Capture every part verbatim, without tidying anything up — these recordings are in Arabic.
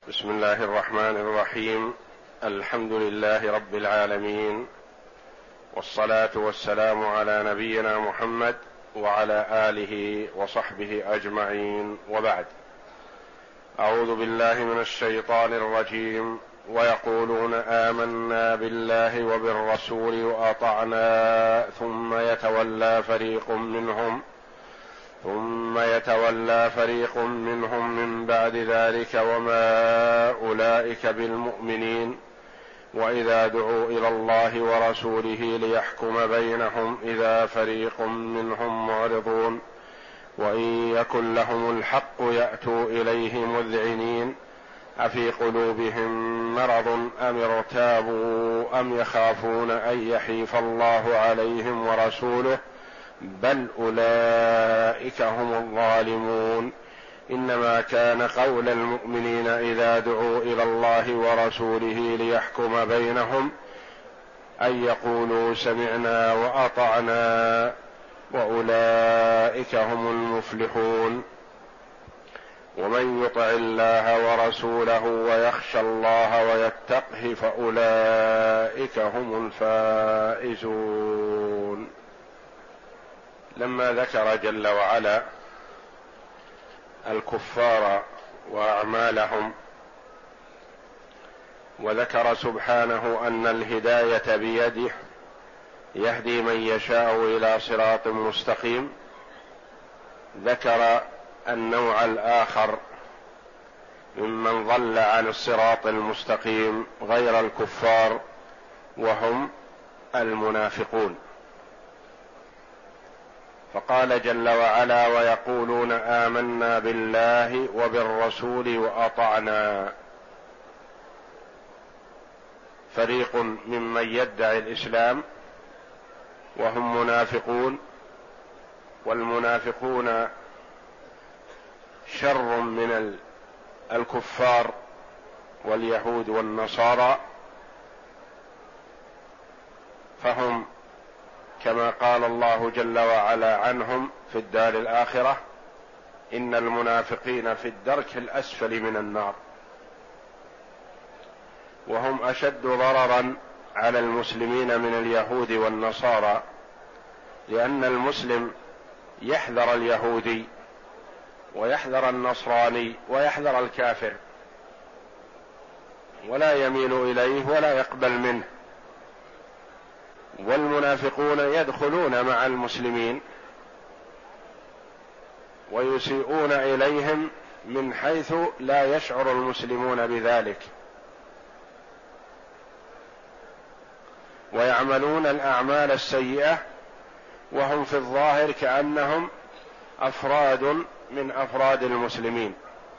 بسم الله الرحمن الرحيم. الحمد لله رب العالمين، والصلاة والسلام على نبينا محمد وعلى آله وصحبه أجمعين، وبعد. أعوذ بالله من الشيطان الرجيم. ويقولون آمنا بالله وبالرسول وأطعنا ثم يتولى فريق منهم ثم يتولى فريق منهم من بعد ذلك وما أولئك بالمؤمنين وإذا دعوا إلى الله ورسوله ليحكم بينهم إذا فريق منهم معرضون وإن يكن لهم الحق يأتوا إليه مذعنين أفي قلوبهم مرض أم ارتابوا أم يخافون أن يحيف الله عليهم ورسوله بل أولئك هم الظالمون. إنما كان قول المؤمنين إذا دعوا إلى الله ورسوله ليحكم بينهم أن يقولوا سمعنا وأطعنا وأولئك هم المفلحون. ومن يطع الله ورسوله ويخشى الله ويتقه فأولئك هم الفائزون. لما ذكر جل وعلا الكفار وأعمالهم، وذكر سبحانه أن الهداية بيده يهدي من يشاء إلى صراط مستقيم، ذكر النوع الآخر ممن ضل عن الصراط المستقيم غير الكفار، وهم المنافقون. فقال جل وعلا ويقولون آمنا بالله وبالرسول وأطعنا. فريق ممن يدعي الإسلام وهم منافقون، والمنافقون شر من الكفار واليهود والنصارى، فهم كما قال الله جل وعلا عنهم في الدار الآخرة إن المنافقين في الدرك الأسفل من النار، وهم أشد ضررا على المسلمين من اليهود والنصارى، لأن المسلم يحذر اليهودي ويحذر النصراني ويحذر الكافر ولا يميل إليه ولا يقبل منه. والمنافقون يدخلون مع المسلمين ويسيئون إليهم من حيث لا يشعر المسلمون بذلك، ويعملون الأعمال السيئة وهم في الظاهر كأنهم أفراد من أفراد المسلمين،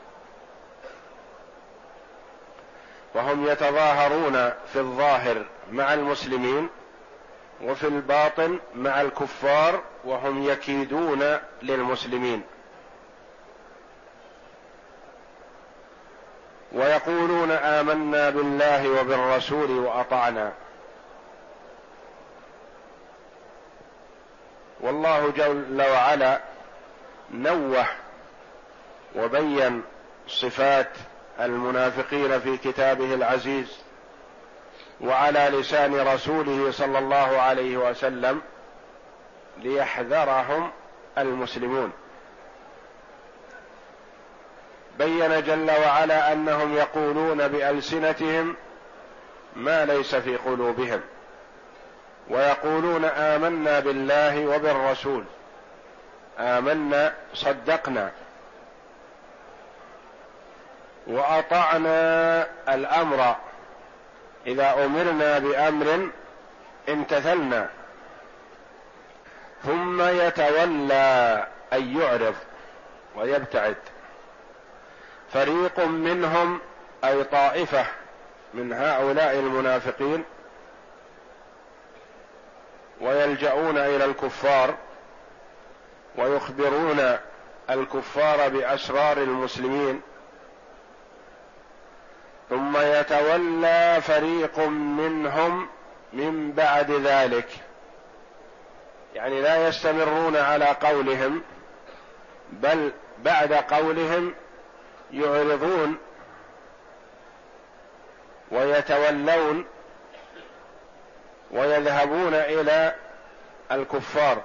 وهم يتظاهرون في الظاهر مع المسلمين وفي الباطن مع الكفار، وهم يكيدون للمسلمين. ويقولون آمنا بالله وبالرسول وأطعنا. والله جل وعلا نوه وبين صفات المنافقين في كتابه العزيز وعلى لسان رسوله صلى الله عليه وسلم ليحذرهم المسلمون. بين جل وعلا أنهم يقولون بألسنتهم ما ليس في قلوبهم، ويقولون آمنا بالله وبالرسول. آمنا صدقنا، وأطعنا الأمر، إذا أمرنا بأمر امتثلنا. ثم يتولى أن يعرض ويبتعد فريق منهم، أي طائفة من هؤلاء المنافقين، ويلجؤون إلى الكفار ويخبرون الكفار بأسرار المسلمين. ثم يتولى فريق منهم من بعد ذلك، يعني لا يستمرون على قولهم، بل بعد قولهم يعرضون ويتولون ويذهبون إلى الكفار،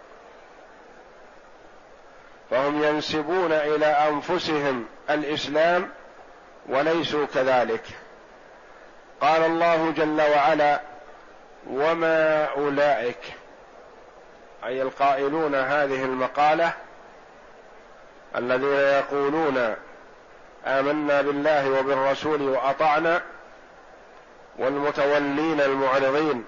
فهم ينسبون إلى أنفسهم الإسلام وليسوا كذلك. قال الله جل وعلا: وما أولئك، أي القائلون هذه المقالة الذين يقولون آمنا بالله وبالرسول وأطعنا، والمتولين المعرضين،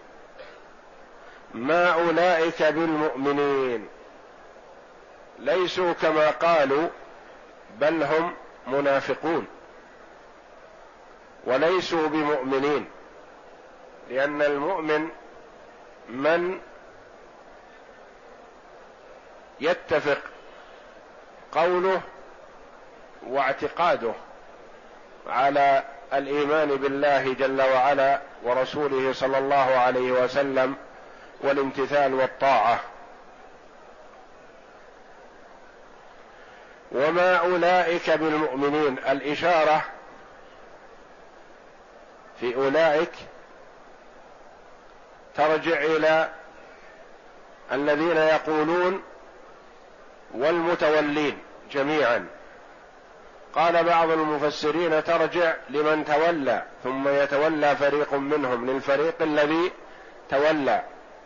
ما أولئك بالمؤمنين، ليسوا كما قالوا، بل هم منافقون وليسوا بمؤمنين. لأن المؤمن من يتفق قوله واعتقاده على الإيمان بالله جل وعلا ورسوله صلى الله عليه وسلم والامتثال والطاعة. وما أولئك بالمؤمنين، الإشارة في أولئك ترجع إلى الذين يقولون والمتولين جميعا. قال بعض المفسرين ترجع لمن تولى ثم يتولى فريق منهم للفريق الذي تولى،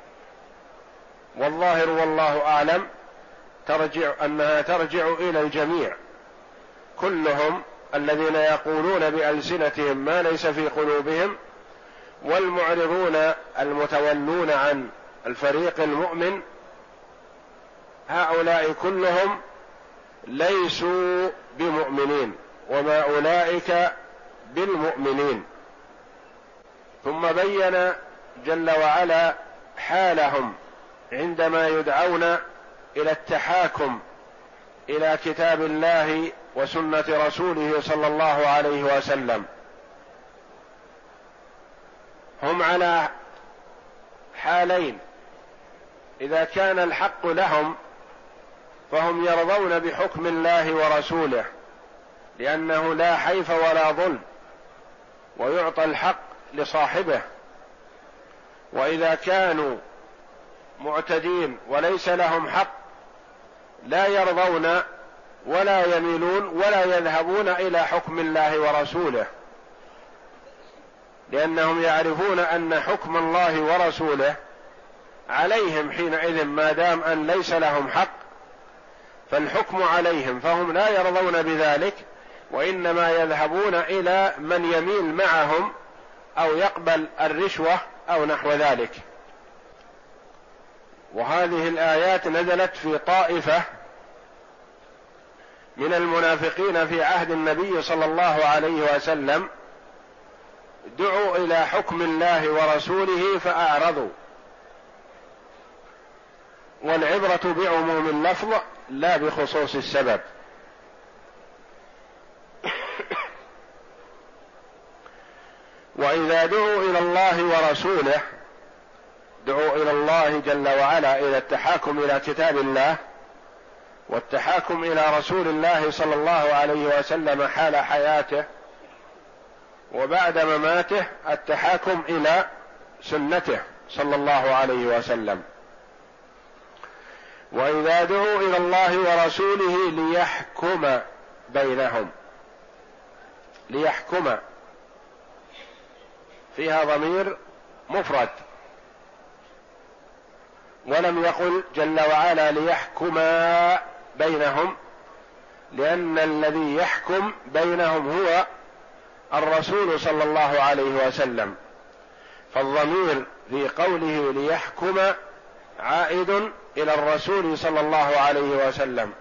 والظاهر والله أعلم ترجع أنها ترجع إلى الجميع كلهم، الذين يقولون بألسنتهم ما ليس في قلوبهم، والمعرضون المتولون عن الفريق المؤمن، هؤلاء كلهم ليسوا بمؤمنين. وما أولئك بالمؤمنين. ثم بين جل وعلا حالهم عندما يدعون إلى التحاكم إلى كتاب الله وسنة رسوله صلى الله عليه وسلم. هم على حالين: إذا كان الحق لهم فهم يرضون بحكم الله ورسوله، لأنه لا حيف ولا ظلم، ويعطى الحق لصاحبه. وإذا كانوا معتدين وليس لهم حق لا يرضون ولا يميلون ولا يذهبون إلى حكم الله ورسوله، لأنهم يعرفون أن حكم الله ورسوله عليهم حينئذ، ما دام أن ليس لهم حق فالحكم عليهم، فهم لا يرضون بذلك، وإنما يذهبون إلى من يميل معهم أو يقبل الرشوة أو نحو ذلك. وهذه الآيات نزلت في طائفة من المنافقين في عهد النبي صلى الله عليه وسلم، دعوا إلى حكم الله ورسوله فأعرضوا. والعبرة بعموم اللفظ لا بخصوص السبب. وإذا دعوا إلى الله ورسوله، دعوا إلى الله جل وعلا إلى التحاكم إلى كتاب الله والتحاكم إلى رسول الله صلى الله عليه وسلم حال حياته، وبعد مماته التحاكم إلى سنته صلى الله عليه وسلم. وإذا دعوا إلى الله ورسوله ليحكم بينهم، ليحكم فيها ضمير مفرد، ولم يقل جل وعلا ليحكم بينهم، لأن الذي يحكم بينهم هو الرسول صلى الله عليه وسلم، فالضمير في قوله ليحكم عائد إلى الرسول صلى الله عليه وسلم،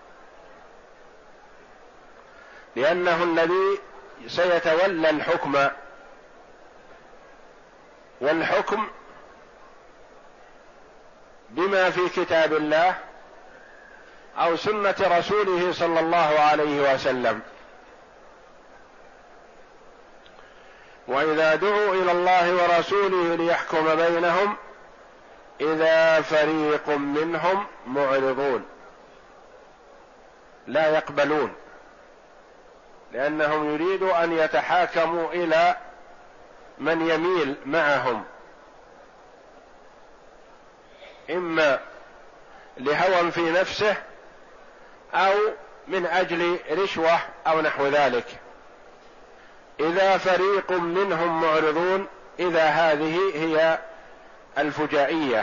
لأنه الذي سيتولى الحكم، والحكم بما في كتاب الله أو سنة رسوله صلى الله عليه وسلم. وإذا دعوا إلى الله ورسوله ليحكم بينهم إذا فريق منهم معرضون، لا يقبلون، لأنهم يريدوا أن يتحاكموا إلى من يميل معهم، إما لهوى في نفسه أو من أجل رشوة أو نحو ذلك. إذا فريق منهم معرضون، إذا هذه هي الفجائية،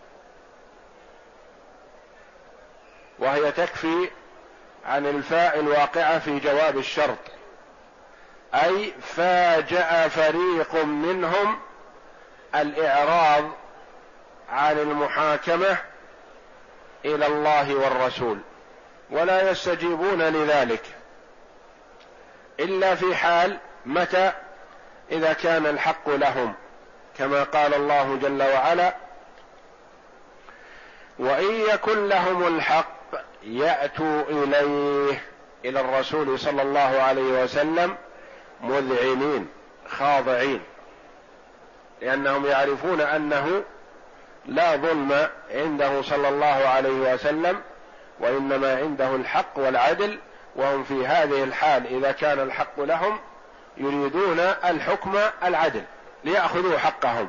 وهي تكفي عن الفاء الواقعة في جواب الشرط، أي فاجأ فريق منهم الإعراض عن المحاكمة إلى الله والرسول، ولا يستجيبون لذلك إلا في حال متى؟ إذا كان الحق لهم، كما قال الله جل وعلا: وإن يكن لهم الحق يأتوا إليه، إلى الرسول صلى الله عليه وسلم، مذعنين خاضعين، لأنهم يعرفون أنه لا ظلم عنده صلى الله عليه وسلم، وإنما عنده الحق والعدل، وهم في هذه الحال إذا كان الحق لهم يريدون الحكم العدل ليأخذوا حقهم.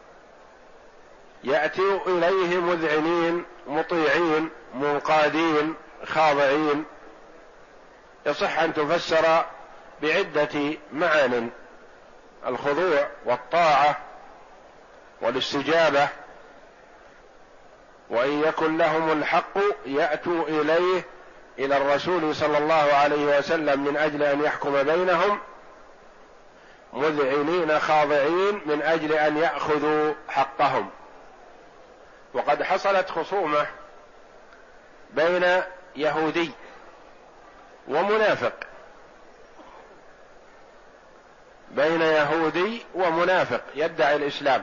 يأتوا إليه مذعنين مطيعين منقادين خاضعين. يصح أن تفسر بعدة معان: الخضوع والطاعة والاستجابة. وإن يكن لهم الحق يأتوا إليه، إلى الرسول صلى الله عليه وسلم، من أجل أن يحكم بينهم، مذعنين خاضعين، من أجل أن يأخذوا حقهم. وقد حصلت خصومة بين يهودي ومنافق، بين يهودي ومنافق يدعي الإسلام.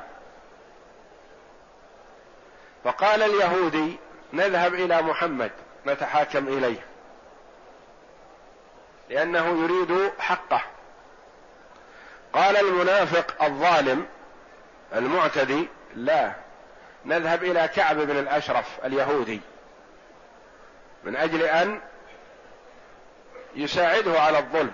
فقال اليهودي: نذهب إلى محمد نتحاكم إليه، لأنه يريد حقه. قال المنافق الظالم المعتدي: لا، نذهب إلى كعب بن الأشرف اليهودي من أجل أن يساعده على الظلم.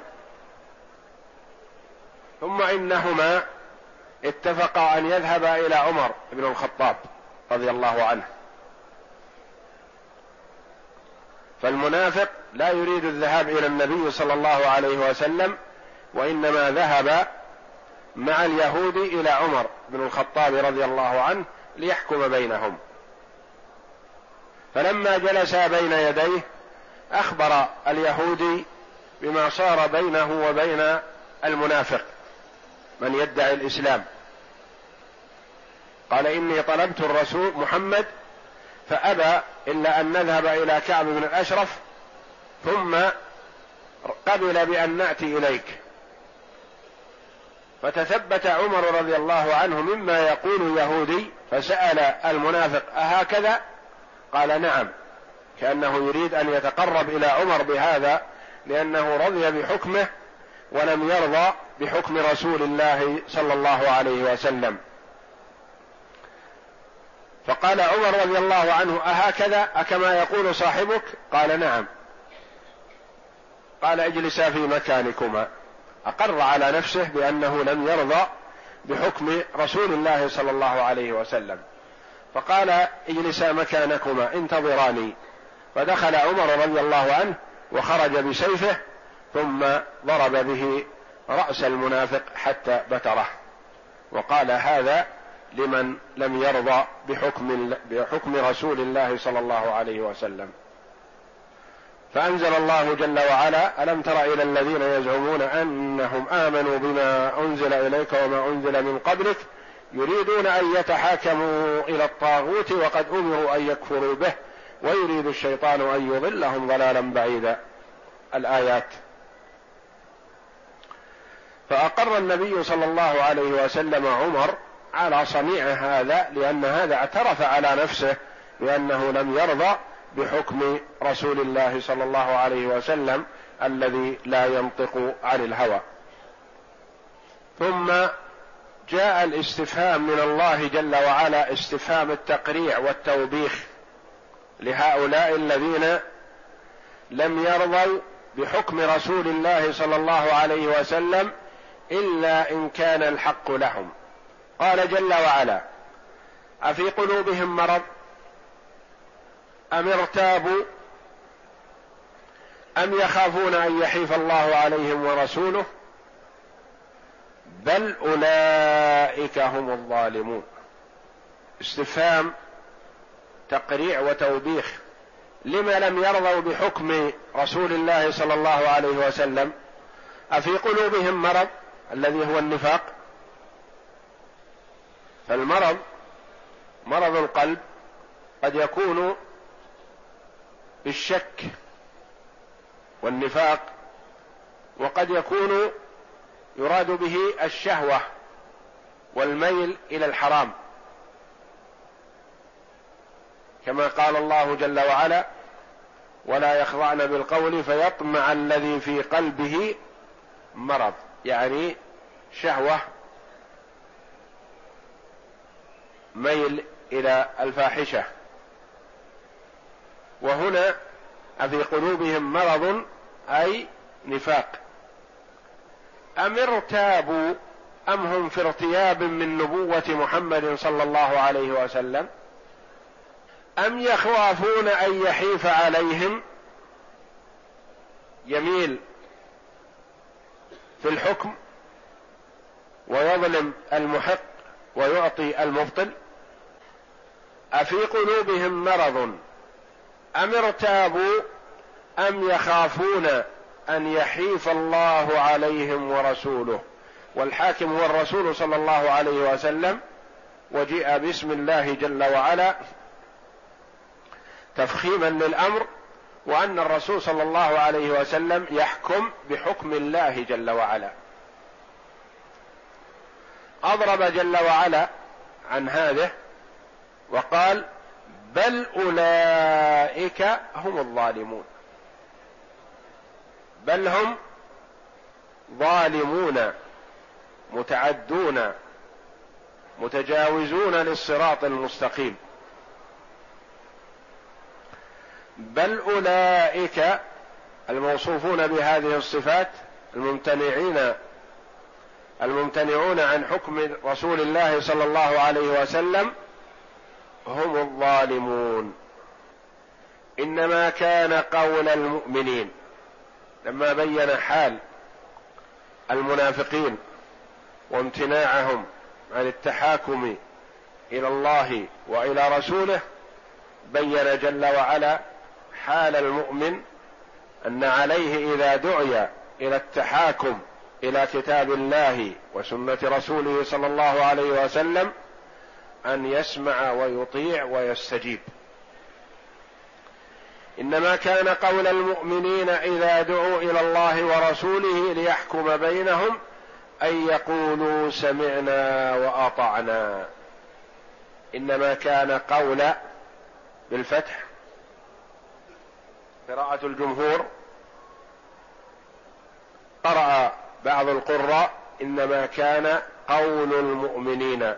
ثم إنهما اتفقا أن يذهبا إلى عمر بن الخطاب رضي الله عنه. فالمنافق لا يريد الذهاب إلى النبي صلى الله عليه وسلم، وإنما ذهب مع اليهود إلى عمر بن الخطاب رضي الله عنه ليحكم بينهم. فلما جلس بين يديه أخبر اليهودي بما صار بينه وبين المنافق من يدعي الإسلام. قال: إني طلبت الرسول محمد فأبى إلا أن نذهب إلى كعب بن الأشرف، ثم قبل بأن نأتي إليك. فتثبت عمر رضي الله عنه مما يقول يهودي، فسأل المنافق: أهكذا؟ قال: نعم، كأنه يريد أن يتقرب إلى عمر بهذا، لأنه رضي بحكمه ولم يرضى بحكم رسول الله صلى الله عليه وسلم. فقال عمر رضي الله عنه: أهكذا أكما يقول صاحبك؟ قال: نعم. قال: اجلسا في مكانكما. أقر على نفسه بأنه لم يرضى بحكم رسول الله صلى الله عليه وسلم. فقال: اجلسا مكانكما انتظراني. فدخل عمر رضي الله عنه وخرج بسيفه، ثم ضرب به رأس المنافق حتى بتره، وقال: هذا لمن لم يرضى بحكم بحكم رسول الله صلى الله عليه وسلم. فأنزل الله جل وعلا: ألم تر إلى الذين يزعمون أنهم آمنوا بما أنزل إليك وما أنزل من قبلك يريدون أن يتحاكموا إلى الطاغوت وقد أمروا أن يكفروا به ويريد الشيطان أن يضلهم ضلالا بعيدا. الآيات. فأقر النبي صلى الله عليه وسلم عمر على صنيع هذا، لأن هذا اعترف على نفسه بأنه لم يرضى بحكم رسول الله صلى الله عليه وسلم الذي لا ينطق عن الهوى. ثم جاء الاستفهام من الله جل وعلا، استفهام التقريع والتوبيخ لهؤلاء الذين لم يرضوا بحكم رسول الله صلى الله عليه وسلم إلا إن كان الحق لهم. قال جل وعلا: أفي قلوبهم مرض أم ارتابوا أم يخافون أن يحيف الله عليهم ورسوله بل أولئك هم الظالمون. استفهام تقريع وتوبيخ. لما لم يرضوا بحكم رسول الله صلى الله عليه وسلم؟ أفي قلوبهم مرض الذي هو النفاق؟ فالمرض مرض القلب قد يكون بالشك والنفاق، وقد يكون يراد به الشهوة والميل إلى الحرام، كما قال الله جل وعلا: ولا يخضعن بالقول فيطمع الذي في قلبه مرض، يعني شهوة ميل إلى الفاحشة. وهنا أفي قلوبهم مرض أي نفاق. أم ارتابوا أم هم في ارتياب من نبوة محمد صلى الله عليه وسلم أم يخافون أن يحيف عليهم، يميل في الحكم ويظلم المحق ويعطي المبطل. أفي قلوبهم مرض أم ارتابوا أم يخافون أن يحيف الله عليهم ورسوله. والحاكم هو الرسول صلى الله عليه وسلم، وجيء باسم الله جل وعلا تفخيما للأمر، وأن الرسول صلى الله عليه وسلم يحكم بحكم الله جل وعلا. أضرب جل وعلا عن هذا وقال: بل أولئك هم الظالمون. بل هم ظالمون متعدون متجاوزون للصراط المستقيم. بل أولئك الموصوفون بهذه الصفات الممتنعين الممتنعون عن حكم رسول الله صلى الله عليه وسلم هم الظالمون. إنما كان قول المؤمنين، لما بين حال المنافقين وامتناعهم عن التحاكم إلى الله وإلى رسوله، بين جل وعلا حال المؤمن أن عليه إذا دعي إلى التحاكم إلى كتاب الله وسنة رسوله صلى الله عليه وسلم أن يسمع ويطيع ويستجيب. إنما كان قول المؤمنين إذا دعوا إلى الله ورسوله ليحكم بينهم أن يقولوا سمعنا وأطعنا. إنما كان قول بالفتح، قراءة الجمهور. قرأ بعض القراء إنما كان قول المؤمنين.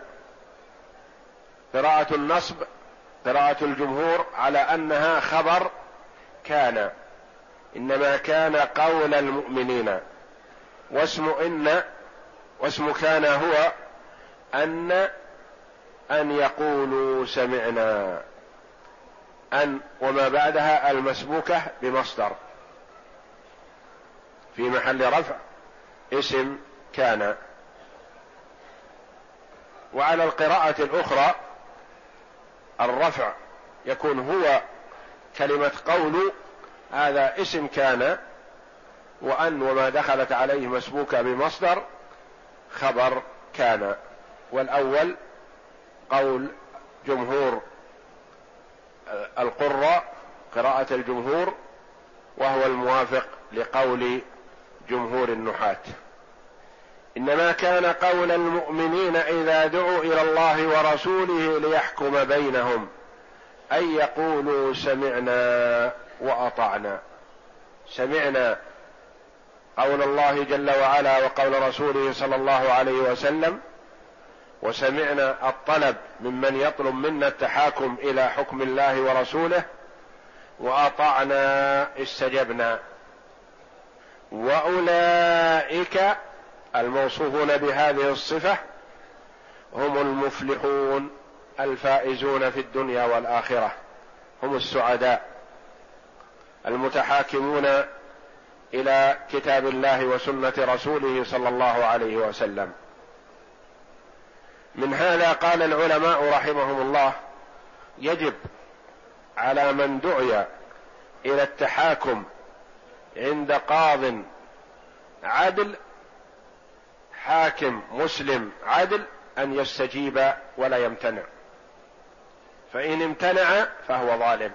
قراءة النصب قراءة الجمهور على أنها خبر كان، إنما كان قول المؤمنين. واسم إن واسم كان هو أن أن يقولوا سمعنا، أن وما بعدها المسبوكة بمصدر في محل رفع اسم كان. وعلى القراءة الأخرى الرفع يكون هو كلمة قول، هذا اسم كان، وأن وما دخلت عليه مسبوكة بمصدر خبر كان. والأول قول جمهور القراء، قراءة الجمهور، وهو الموافق لقول جمهور النحاة. إنما كان قول المؤمنين إذا دعوا إلى الله ورسوله ليحكم بينهم أن يقولوا سمعنا وأطعنا. سمعنا قول الله جل وعلا وقول رسوله صلى الله عليه وسلم، وسمعنا الطلب ممن يطلب منا التحاكم إلى حكم الله ورسوله، وأطعنا استجبنا. وأولئك الموصوفون بهذه الصفة هم المفلحون الفائزون في الدنيا والآخرة، هم السعداء المتحاكمون إلى كتاب الله وسنة رسوله صلى الله عليه وسلم. من هذا قال العلماء رحمهم الله: يجب على من دعي إلى التحاكم عند قاض عدل، حاكم مسلم عدل، أن يستجيب ولا يمتنع، فإن امتنع فهو ظالم.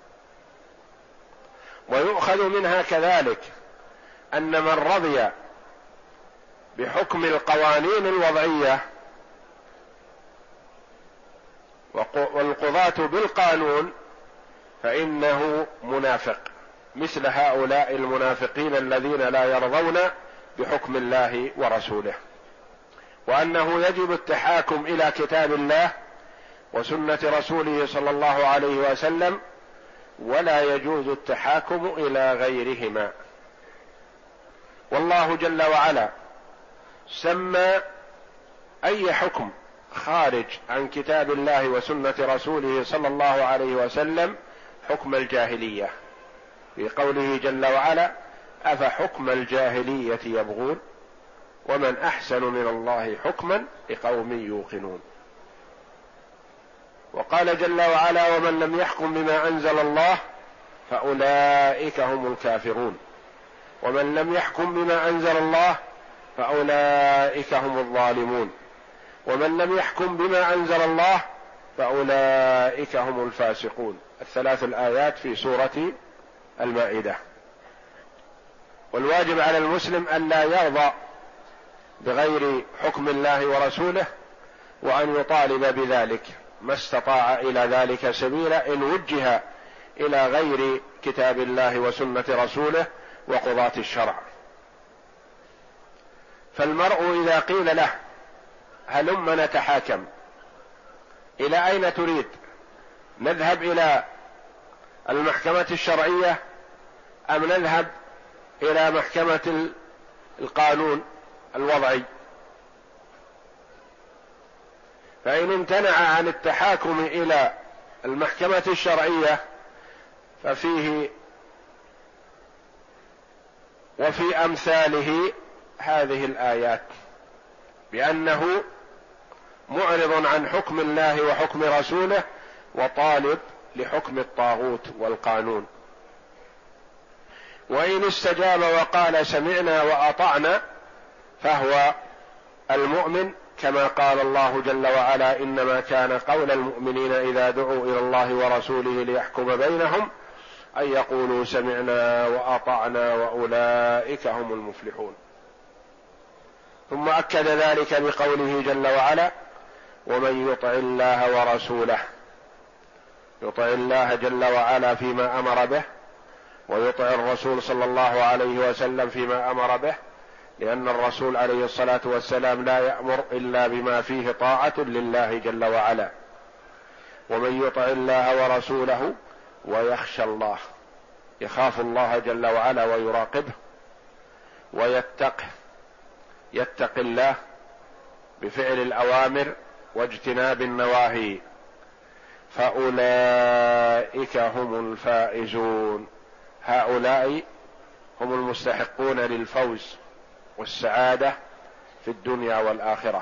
ويؤخذ منها كذلك أن من رضي بحكم القوانين الوضعية والقضاة بالقانون فإنه منافق، مثل هؤلاء المنافقين الذين لا يرضون بحكم الله ورسوله، وأنه يجب التحاكم إلى كتاب الله وسنة رسوله صلى الله عليه وسلم، ولا يجوز التحاكم إلى غيرهما. والله جل وعلا سمى أي حكم خارج عن كتاب الله وسنة رسوله صلى الله عليه وسلم حكم الجاهلية، في قوله جل وعلا: أفحكم الجاهلية يبغون ومن أحسن من الله حكما لقوم يوقنون. وقال جل وعلا: ومن لم يحكم بما أنزل الله فأولئك هم الكافرون، ومن لم يحكم بما أنزل الله فأولئك هم الظالمون، ومن لم يحكم بما أنزل الله فأولئك هم الفاسقون. الثلاث الآيات في سورة المائدة. والواجب على المسلم أن لا يرضى بغير حكم الله ورسوله، وأن يطالب بذلك ما استطاع إلى ذلك سبيلا إن وجه إلى غير كتاب الله وسنة رسوله وقضاة الشرع. فالمرء إذا قيل له: هلم نتحاكم، إلى أين تريد؟ نذهب إلى المحكمة الشرعية أم نذهب إلى محكمة القانون الوضعي؟ فإن امتنع عن التحاكم إلى المحكمة الشرعية ففيه وفي أمثاله هذه الآيات، بأنه معرض عن حكم الله وحكم رسوله وطالب لحكم الطاغوت والقانون. وإن استجاب وقال سمعنا وأطعنا فهو المؤمن، كما قال الله جل وعلا: إنما كان قول المؤمنين إذا دعوا إلى الله ورسوله ليحكم بينهم أن يقولوا سمعنا وأطعنا وأولئك هم المفلحون. ثم أكد ذلك بقوله جل وعلا: ومن يطع الله ورسوله، يطع الله جل وعلا فيما أمر به، ويطع الرسول صلى الله عليه وسلم فيما أمر به، لأن الرسول عليه الصلاة والسلام لا يأمر إلا بما فيه طاعة لله جل وعلا. ومن يطع الله ورسوله ويخشى الله، يخاف الله جل وعلا ويراقبه ويتقه، يتقي الله بفعل الأوامر واجتناب النواهي، فأولئك هم الفائزون. هؤلاء هم المستحقون للفوز والسعادة في الدنيا والآخرة.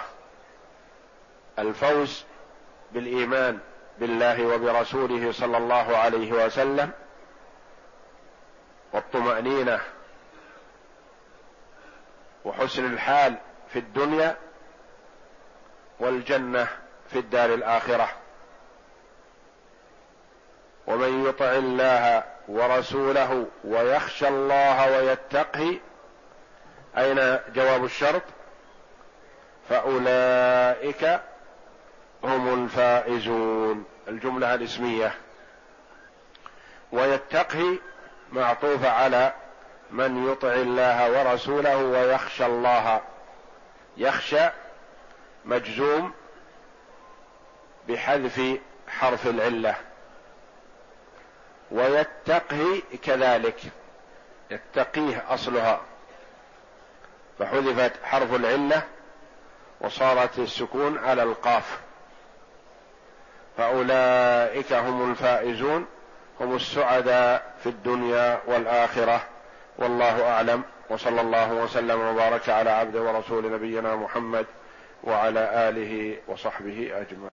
الفوز بالإيمان بالله وبرسوله صلى الله عليه وسلم، والطمأنينة وحسن الحال في الدنيا، والجنة في الدار الآخرة. ومن يطع الله ورسوله ويخشى الله ويتقه، أين جواب الشرط؟ فأولئك هم الفائزون، الجملة الاسمية. ويتقه معطوف على من يطع الله ورسوله ويخشى الله. يخشى مجزوم بحذف حرف العلة، ويتقه كذلك، يتقيه أصلها فحذفت حرف العلة وصارت السكون على القاف، فأولئك هم الفائزون، هم السعداء في الدنيا والآخرة. والله أعلم، وصلى الله وسلم وبارك على عبده ورسول نبينا محمد وعلى آله وصحبه أجمعين.